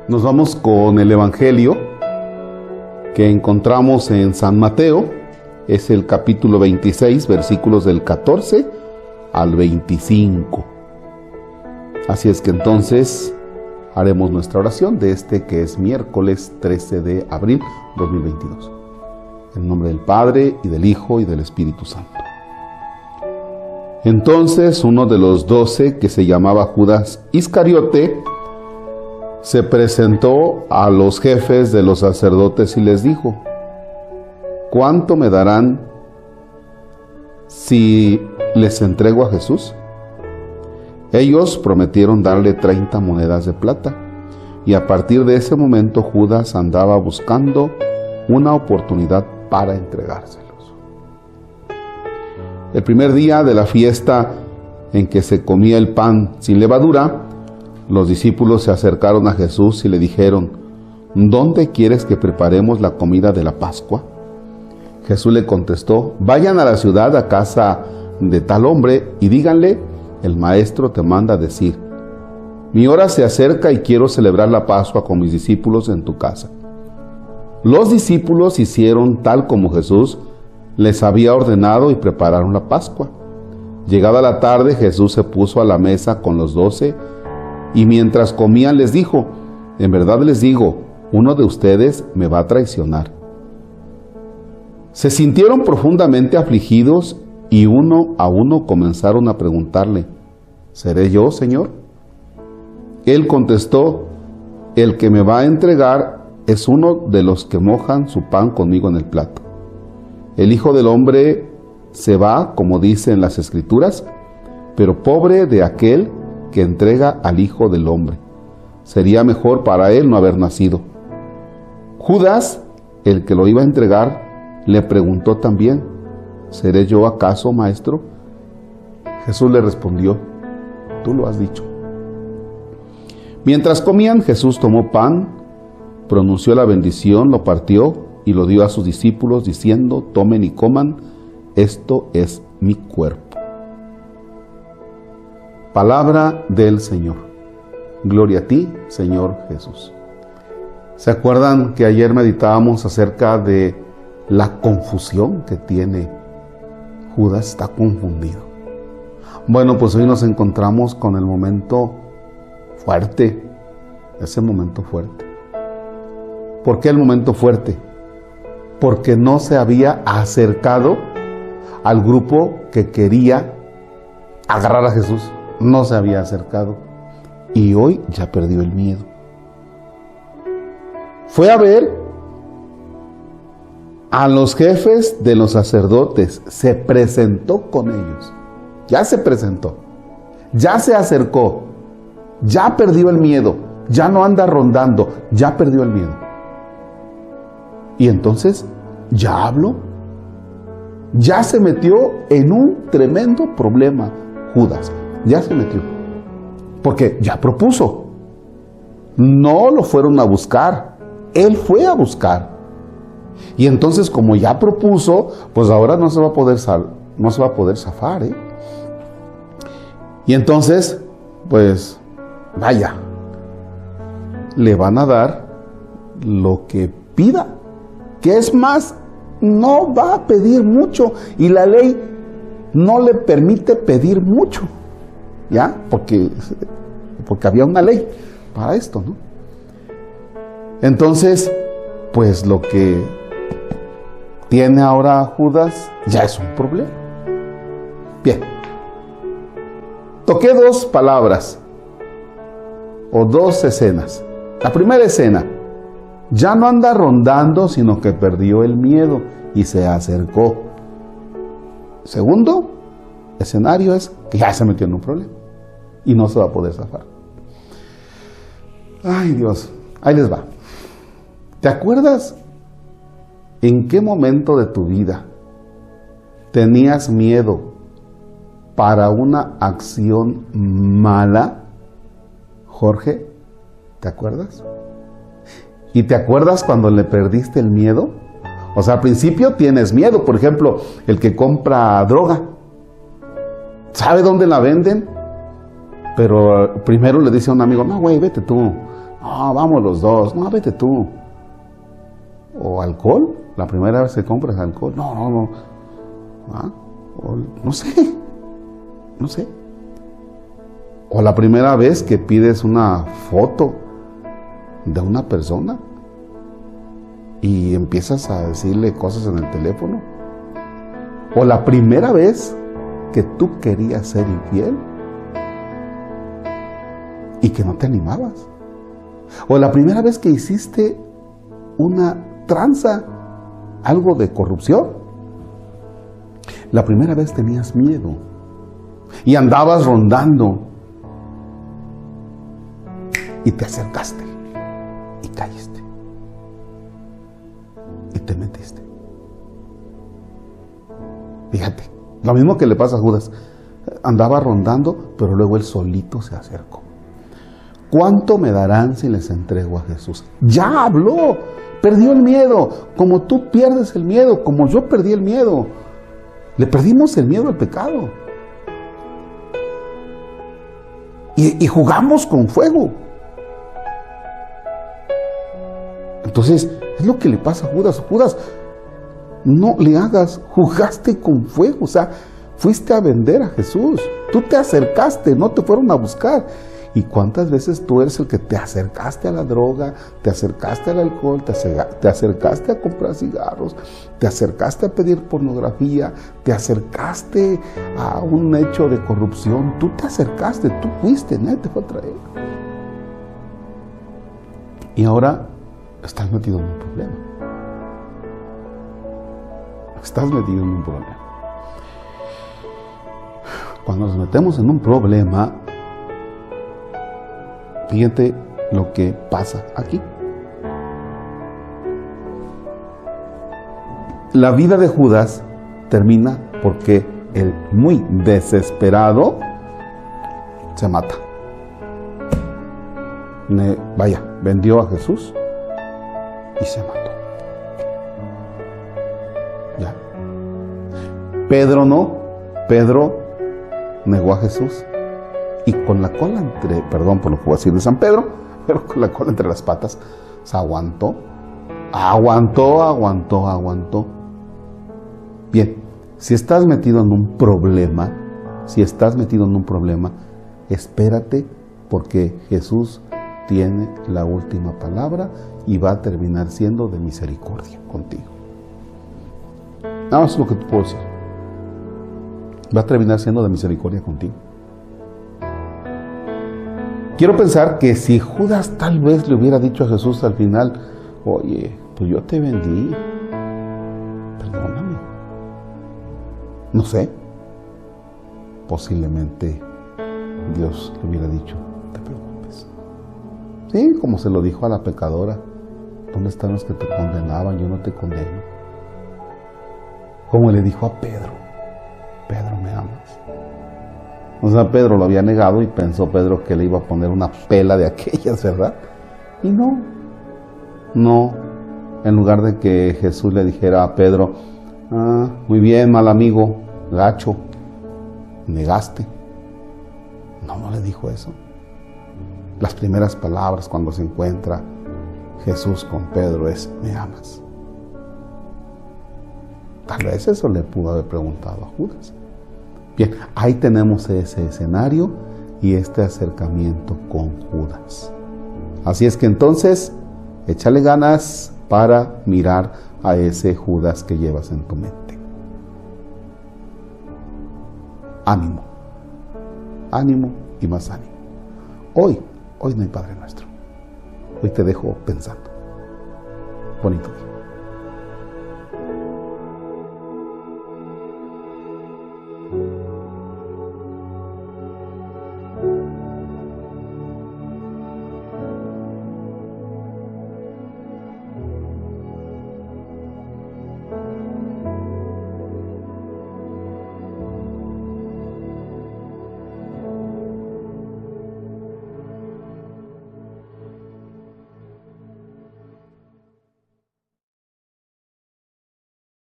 Nos vamos con el Evangelio que encontramos en San Mateo. Es el capítulo 26, versículos del 14 al 25. Así es que entonces haremos nuestra oración de este que es miércoles 13 de abril 2022. En nombre del Padre, y del Hijo, y del Espíritu Santo. Entonces uno de los 12, que se llamaba Judas Iscariote, se presentó a los jefes de los sacerdotes y les dijo: ¿cuánto me darán si les entrego a Jesús? Ellos prometieron darle 30 monedas de plata, y a partir de ese momento Judas andaba buscando una oportunidad para entregárselos. El primer día de la fiesta en que se comía el pan sin levadura, los discípulos se acercaron a Jesús y le dijeron: ¿dónde quieres que preparemos la comida de la Pascua? Jesús le contestó: vayan a la ciudad, a casa de tal hombre, y díganle: el maestro te manda decir, mi hora se acerca y quiero celebrar la Pascua con mis discípulos en tu casa. Los discípulos hicieron tal como Jesús les había ordenado y prepararon la Pascua. Llegada la tarde, Jesús se puso a la mesa con los 12 y mientras comían les dijo: en verdad les digo, uno de ustedes me va a traicionar. Se sintieron profundamente afligidos y uno a uno comenzaron a preguntarle: ¿seré yo, Señor? Él contestó: el que me va a entregar es uno de los que mojan su pan conmigo en el plato. El Hijo del Hombre se va, como dice en las Escrituras, pero pobre de aquel que entrega al Hijo del Hombre. Sería mejor para él no haber nacido. Judas, el que lo iba a entregar, le preguntó también: ¿seré yo acaso, maestro? Jesús le respondió: tú lo has dicho. Mientras comían, Jesús tomó pan, pronunció la bendición, lo partió y lo dio a sus discípulos, diciendo: tomen y coman, esto es mi cuerpo. Palabra del Señor. Gloria a ti, Señor Jesús. ¿Se acuerdan que ayer meditábamos acerca de la confusión que tiene Judas? Está confundido. Bueno, pues hoy nos encontramos con el momento fuerte, ese momento fuerte. ¿Por qué el momento fuerte? Porque no se había acercado al grupo que quería agarrar a Jesús. No se había acercado. Y hoy ya perdió el miedo. Fue a ver a los jefes de los sacerdotes. Se presentó con ellos. Ya se presentó. Ya se acercó. Ya perdió el miedo. Ya no anda rondando. Ya perdió el miedo. Y entonces ya habló. Ya se metió en un tremendo problema Judas. Ya se metió. Porque ya propuso. No lo fueron a buscar. Él fue a buscar. Y entonces, como ya propuso, pues ahora no se va a poder zafar, ¿eh? Y entonces, pues, vaya, le van a dar lo que pida. Que es más, no va a pedir mucho. Y la ley no le permite pedir mucho. ¿Ya? Porque había una ley para esto, ¿no? Entonces, pues lo que tiene ahora Judas ya es un problema. Bien. Toqué dos palabras o dos escenas. La primera escena: ya no anda rondando, sino que perdió el miedo y se acercó. Segundo escenario es que ya se metió en un problema y no se va a poder zafar. Ay, Dios, ahí les va. ¿Te acuerdas en qué momento de tu vida tenías miedo para una acción mala, Jorge? ¿Te acuerdas? ¿Y te acuerdas cuando le perdiste el miedo? O sea, al principio tienes miedo. Por ejemplo, el que compra droga, ¿sabe dónde la venden? Pero primero le dice a un amigo: no, güey, vete tú, No, vamos los dos. No, vete tú. O alcohol. La primera vez que compras alcohol. No. ¿Ah? No sé. O la primera vez que pides una foto de una persona y empiezas a decirle cosas en el teléfono. O la primera vez que tú querías ser infiel y que no te animabas. O la primera vez que hiciste una tranza, algo de corrupción. La primera vez tenías miedo y andabas rondando y te acercaste y caíste y te metiste. Fíjate, lo mismo que le pasa a Judas. Andaba rondando, pero luego él solito se acercó. ¿Cuánto me darán si les entrego a Jesús? Ya habló, perdió el miedo, como tú pierdes el miedo, como yo perdí el miedo. Le perdimos el miedo al pecado. Y jugamos con fuego. Entonces, es lo que le pasa a Judas. Judas, no le hagas, jugaste con fuego, o sea, fuiste a vender a Jesús. Tú te acercaste, no te fueron a buscar. ¿Y cuántas veces tú eres el que te acercaste a la droga, te acercaste al alcohol, te acercaste a comprar cigarros, te acercaste a pedir pornografía, te acercaste a un hecho de corrupción? Tú te acercaste, tú fuiste, nadie te fue a traer. Y ahora estás metido en un problema. Estás metido en un problema. Cuando nos metemos en un problema, fíjate lo que pasa aquí. La vida de Judas termina porque el muy desesperado se mata. Vendió a Jesús y se mató. Ya. Pedro no. Pedro negó a Jesús. Y con la cola perdón por lo que voy a decir de San Pedro, pero con la cola entre las patas, se aguantó. Bien, si estás metido en un problema, espérate, porque Jesús tiene la última palabra y va a terminar siendo de misericordia contigo. Nada más es lo que te puedo decir. Va a terminar siendo de misericordia contigo. Quiero pensar que si Judas tal vez le hubiera dicho a Jesús al final, oye, pues yo te vendí, perdóname. No sé, posiblemente Dios le hubiera dicho, no te preocupes. Sí, como se lo dijo a la pecadora, ¿dónde están los que te condenaban? Yo no te condeno. Como le dijo a Pedro, Pedro, ¿me amas? O sea, Pedro lo había negado y pensó Pedro que le iba a poner una pela de aquellas, ¿verdad? Y no. En lugar de que Jesús le dijera a Pedro, muy bien, mal amigo, gacho, negaste. No le dijo eso. Las primeras palabras cuando se encuentra Jesús con Pedro es, ¿me amas? Tal vez eso le pudo haber preguntado a Judas. Bien, ahí tenemos ese escenario y este acercamiento con Judas. Así es que entonces, échale ganas para mirar a ese Judas que llevas en tu mente. Ánimo y más ánimo. Hoy no hay Padre Nuestro. Hoy te dejo pensando. Bonito día.